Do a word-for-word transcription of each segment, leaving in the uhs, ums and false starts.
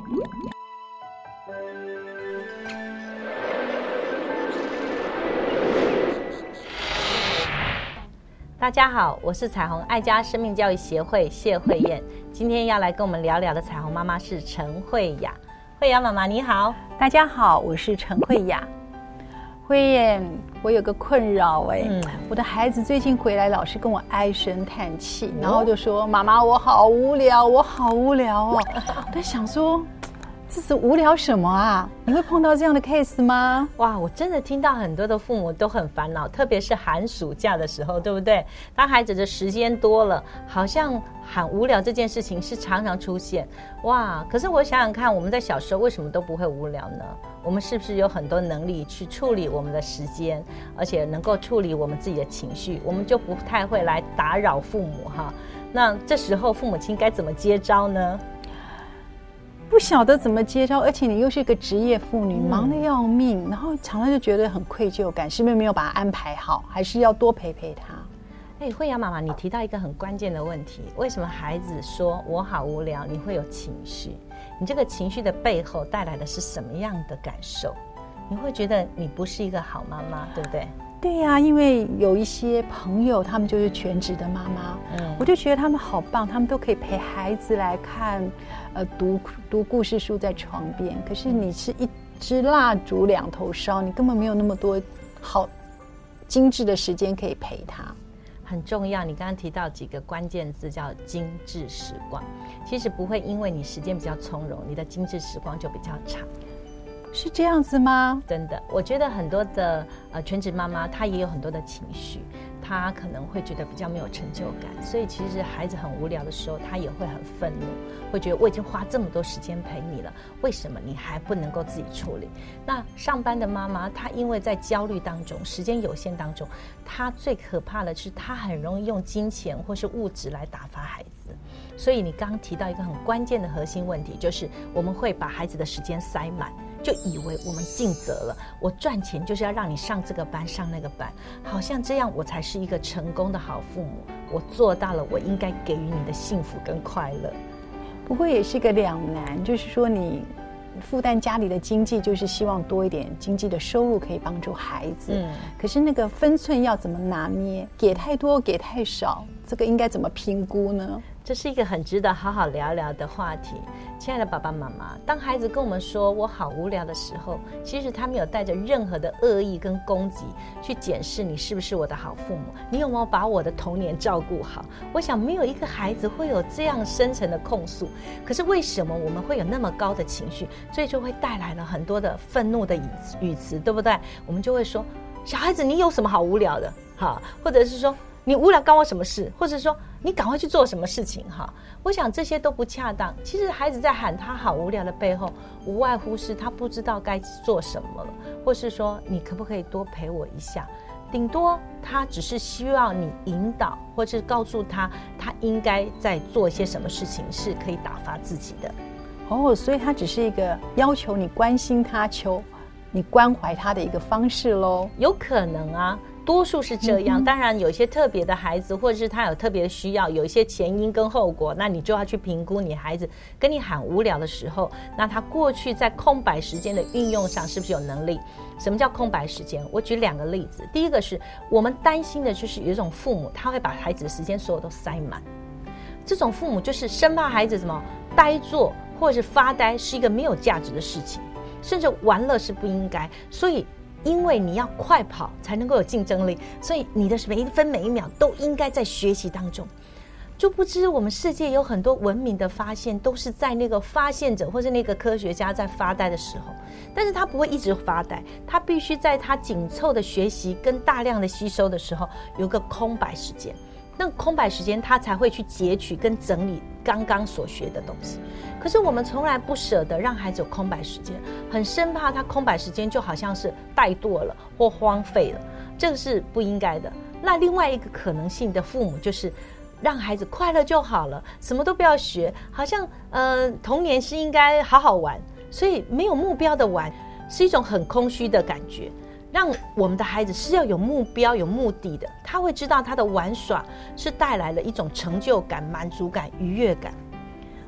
大家好，我是彩虹爱家生命教育协会谢慧燕，今天要来跟我们聊聊的彩虹妈妈是陈慧雅。慧雅妈妈你好。 大家好，我是陈慧雅。慧燕，我有个困扰哎、欸嗯，我的孩子最近回来老是跟我唉声叹气、哦，然后就说妈妈我好无聊，我好无聊哦。我在想说这是无聊什么啊？你会碰到这样的 case 吗？ 哇，我真的听到很多的父母都很烦恼，特别是寒暑假的时候，对不对？当孩子的时间多了，好像很无聊这件事情是常常出现。哇，可是我想想看，我们在小时候为什么都不会无聊呢？我们是不是有很多能力去处理我们的时间，而且能够处理我们自己的情绪，我们就不太会来打扰父母哈。那这时候父母亲该怎么接招呢？ 不晓得怎么接招，而且你又是一个职业妇女、嗯、忙得要命，然后常常就觉得很愧疚感，是不是没有把它安排好，还是要多陪陪他？ 哎，慧雅妈妈，你提到一个很关键的问题，为什么孩子说我好无聊，你会有情绪？你这个情绪的背后带来的是什么样的感受？你会觉得你不是一个好妈妈，对不对？ 对呀、啊，因为有一些朋友他们就是全职的妈妈、嗯、我就觉得他们好棒，他们都可以陪孩子来看呃，读读故事书在床边，可是你是一支蜡烛两头烧，你根本没有那么多好精致的时间可以陪他。 很重要，你刚刚提到几个关键字叫精致时光，其实不会因为你时间比较从容，你的精致时光就比较长。 是这样子吗？ 真的，我觉得很多的呃全职妈妈她也有很多的情绪，她可能会觉得比较没有成就感，所以其实孩子很无聊的时候，她也会很愤怒，会觉得我已经花这么多时间陪你了，为什么你还不能够自己处理？那上班的妈妈，她因为在焦虑当中，时间有限当中，她最可怕的是她很容易用金钱或是物质来打发孩子。所以你刚刚提到一个很关键的核心问题，就是我们会把孩子的时间塞满，就以为我们尽责了，我赚钱就是要让你上这个班上那个班，好像这样我才是一个成功的好父母，我做到了我应该给予你的幸福跟快乐。 不过也是个两难，就是说你负担家里的经济，就是希望多一点经济的收入可以帮助孩子、嗯、可是那个分寸要怎么拿捏，给太多给太少，这个应该怎么评估呢？ 这是一个很值得好好聊聊的话题。亲爱的爸爸妈妈，当孩子跟我们说我好无聊的时候，其实他没有带着任何的恶意跟攻击去检视你是不是我的好父母，你有没有把我的童年照顾好。我想没有一个孩子会有这样深层的控诉，可是为什么我们会有那么高的情绪，所以就会带来了很多的愤怒的语词，对不对？我们就会说小孩子你有什么好无聊的，好，或者是说你无聊干我什么事，或者说你赶快去做什么事情哈。我想这些都不恰当。其实孩子在喊他好无聊的背后，无外乎是他不知道该做什么了，或是说你可不可以多陪我一下，顶多他只是希望你引导，或是告诉他他应该在做一些什么事情是可以打发自己的。 哦，所以他只是一个要求你关心他，求你关怀他的一个方式咯。 有可能啊，多数是这样、嗯、当然有一些特别的孩子，或者是他有特别的需要，有一些前因跟后果，那你就要去评估你孩子跟你喊无聊的时候，那他过去在空白时间的运用上是不是有能力。什么叫空白时间？我举两个例子。第一个是我们担心的就是有一种父母他会把孩子的时间所有都塞满，这种父母就是生怕孩子什么呆坐或者是发呆是一个没有价值的事情，甚至玩乐是不应该，所以因为你要快跑才能够有竞争力，所以你的每一分每一秒都应该在学习当中。就不知我们世界有很多文明的发现都是在那个发现者或是那个科学家在发呆的时候，但是他不会一直发呆，他必须在他紧凑的学习跟大量的吸收的时候有个空白时间，那空白时间他才会去截取跟整理刚刚所学的东西。可是我们从来不舍得让孩子有空白时间，很生怕他空白时间就好像是怠惰了或荒废了，这个是不应该的。那另外一个可能性的父母就是让孩子快乐就好了，什么都不要学，好像呃童年是应该好好玩，所以没有目标的玩是一种很空虚的感觉。让我们的孩子是要有目标有目的的，他会知道他的玩耍是带来了一种成就感、满足感、愉悦感。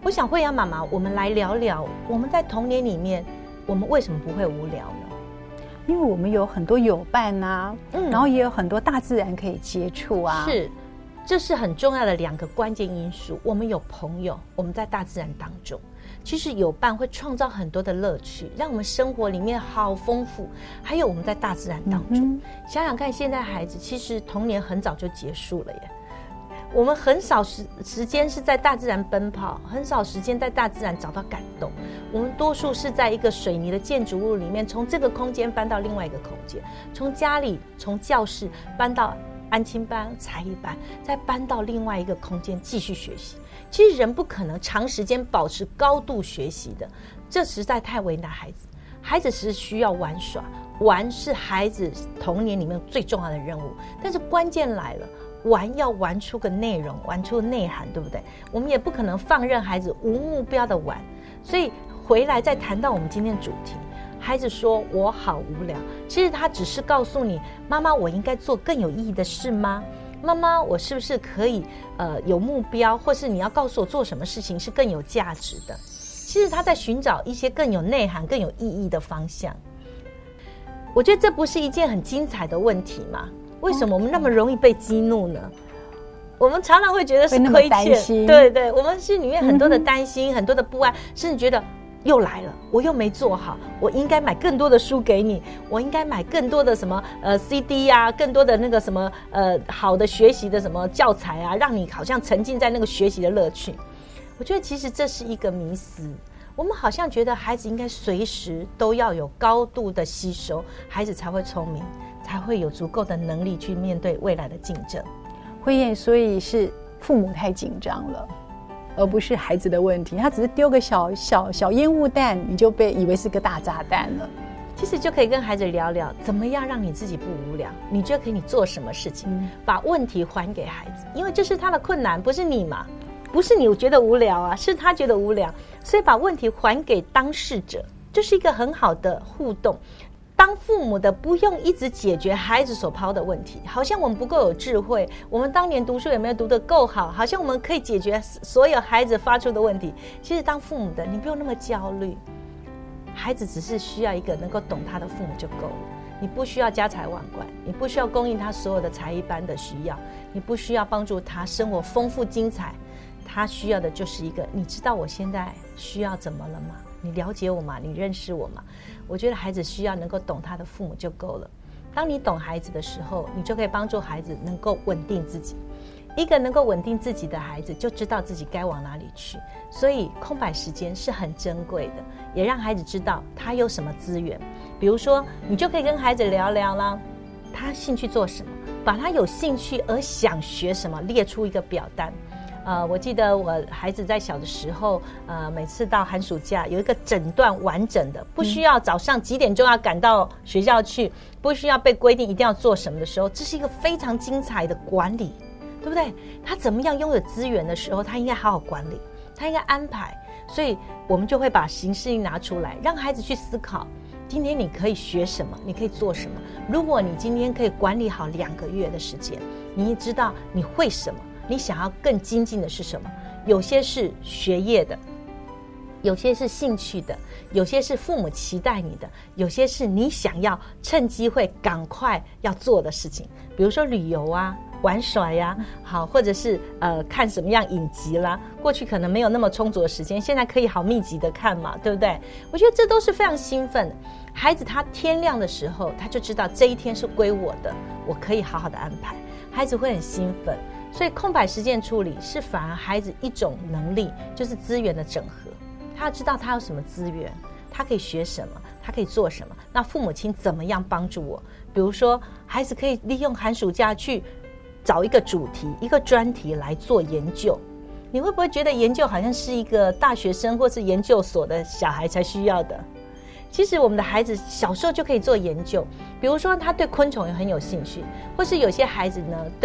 我想慧雅妈妈，我们来聊聊我们在童年里面，我们为什么不会无聊呢？ 因为我们有很多友伴啊，嗯，然后也有很多大自然可以接触啊。 是，这是很重要的两个关键因素。我们有朋友，我们在大自然当中，其实友伴会创造很多的乐趣，让我们生活里面好丰富。还有我们在大自然当中，嗯、想想看，现在孩子其实童年很早就结束了耶。我们很少时时间是在大自然奔跑，很少时间在大自然找到感动。我们多数是在一个水泥的建筑物里面，从这个空间搬到另外一个空间，从家里从教室搬到安亲班、才艺班，再搬到另外一个空间继续学习。其实人不可能长时间保持高度学习的，这实在太为难孩子。孩子是需要玩耍，玩是孩子童年里面最重要的任务，但是关键来了。玩要玩出个内容，玩出个内涵，对不对？我们也不可能放任孩子无目标的玩。所以回来再谈到我们今天的主题，孩子说我好无聊，其实他只是告诉你，妈妈我应该做更有意义的事吗？妈妈我是不是可以呃有目标，或是你要告诉我做什么事情是更有价值的？其实他在寻找一些更有内涵更有意义的方向。我觉得这不是一件很精彩的问题吗？为什么我们那么容易被激怒呢？我们常常会觉得是亏欠，对对，我们心里面很多的担心、嗯、很多的不安，甚至觉得又来了，我又没做好，我应该买更多的书给你，我应该买更多的什么呃 C D 啊，更多的那个什么呃好的学习的什么教材啊，让你好像沉浸在那个学习的乐趣。我觉得其实这是一个迷思。我们好像觉得孩子应该随时都要有高度的吸收，孩子才会聪明，才会有足够的能力去面对未来的竞争。 慧燕，所以是父母太紧张了，而不是孩子的问题。他只是丢个小小小烟雾弹，你就被以为是个大炸弹了。 其实就可以跟孩子聊聊，怎么样让你自己不无聊？你觉得可以做什么事情？嗯、把问题还给孩子，因为这是他的困难，不是你嘛？不是你觉得无聊啊，是他觉得无聊，所以把问题还给当事者，这是一个很好的互动。当父母的不用一直解决孩子所抛的问题，好像我们不够有智慧，我们当年读书有没有读得够好，好像我们可以解决所有孩子发出的问题。其实当父母的，你不用那么焦虑，孩子只是需要一个能够懂他的父母就够了。你不需要家财万贯，你不需要供应他所有的才艺班的需要，你不需要帮助他生活丰富精彩，他需要的就是一个，你知道我现在需要怎么了吗？你了解我吗？你认识我吗？我觉得孩子需要能够懂他的父母就够了。当你懂孩子的时候，你就可以帮助孩子能够稳定自己。一个能够稳定自己的孩子，就知道自己该往哪里去。所以空白时间是很珍贵的，也让孩子知道他有什么资源。比如说，你就可以跟孩子聊聊啦，他兴趣做什么，把他有兴趣而想学什么列出一个表单。呃，我记得我孩子在小的时候，呃，每次到寒暑假有一个整段完整的，不需要早上几点钟要赶到学校去，不需要被规定一定要做什么的时候，这是一个非常精彩的管理，对不对？他怎么样拥有资源的时候，他应该好好管理，他应该安排。所以我们就会把行事历拿出来，让孩子去思考，今天你可以学什么，你可以做什么。如果你今天可以管理好两个月的时间，你也知道你会什么，你想要更精进的是什么？有些是学业的，有些是兴趣的，有些是父母期待你的，有些是你想要趁机会赶快要做的事情，比如说旅游啊、玩耍呀，好，或者是呃看什么样影集啦。过去可能没有那么充足的时间，现在可以好密集的看嘛，对不对？我觉得这都是非常兴奋的。孩子他天亮的时候，他就知道这一天是归我的，我可以好好的安排，孩子会很兴奋。所以空白时间处理是反而孩子一种能力，就是资源的整合。他要知道他有什么资源，他可以学什么，他可以做什么，那父母亲怎么样帮助我？比如说孩子可以利用寒暑假去找一个主题、一个专题来做研究。你会不会觉得研究好像是一个大学生或是研究所的小孩才需要的？其实我们的孩子小时候就可以做研究，比如说他对昆虫也很有兴趣，或是有些孩子呢对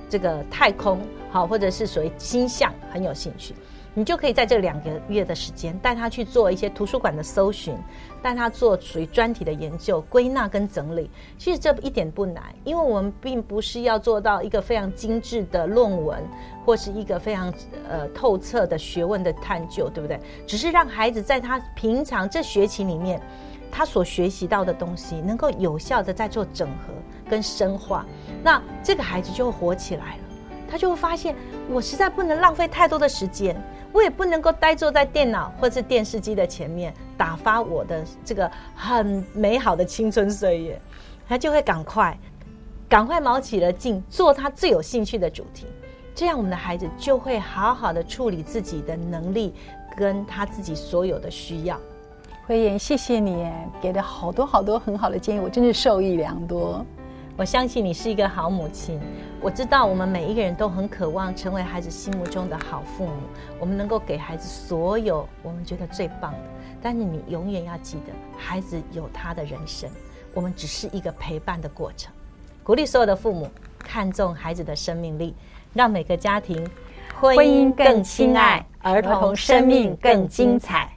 这个太空，好，或者是所谓星象很有兴趣，你就可以在这两个月的时间带他去做一些图书馆的搜寻，带他做属于专题的研究、归纳跟整理。其实这一点不难，因为我们并不是要做到一个非常精致的论文，或是一个非常呃透彻的学问的探究，对不对？只是让孩子在他平常这学期里面，他所学习到的东西能够有效的在做整合跟深化，那这个孩子就会活起来了。他就会发现，我实在不能浪费太多的时间，我也不能够呆坐在电脑或是电视机的前面打发我的这个很美好的青春岁月。他就会赶快赶快卯起了劲做他最有兴趣的主题，这样我们的孩子就会好好的处理自己的能力跟他自己所有的需要。 慧妍，谢谢你给了好多好多很好的建议，我真是受益良多。 我相信你是一个好母亲，我知道我们每一个人都很渴望成为孩子心目中的好父母，我们能够给孩子所有我们觉得最棒的，但是你永远要记得，孩子有他的人生，我们只是一个陪伴的过程。鼓励所有的父母看重孩子的生命力，让每个家庭婚姻更亲爱，儿童生命更精彩。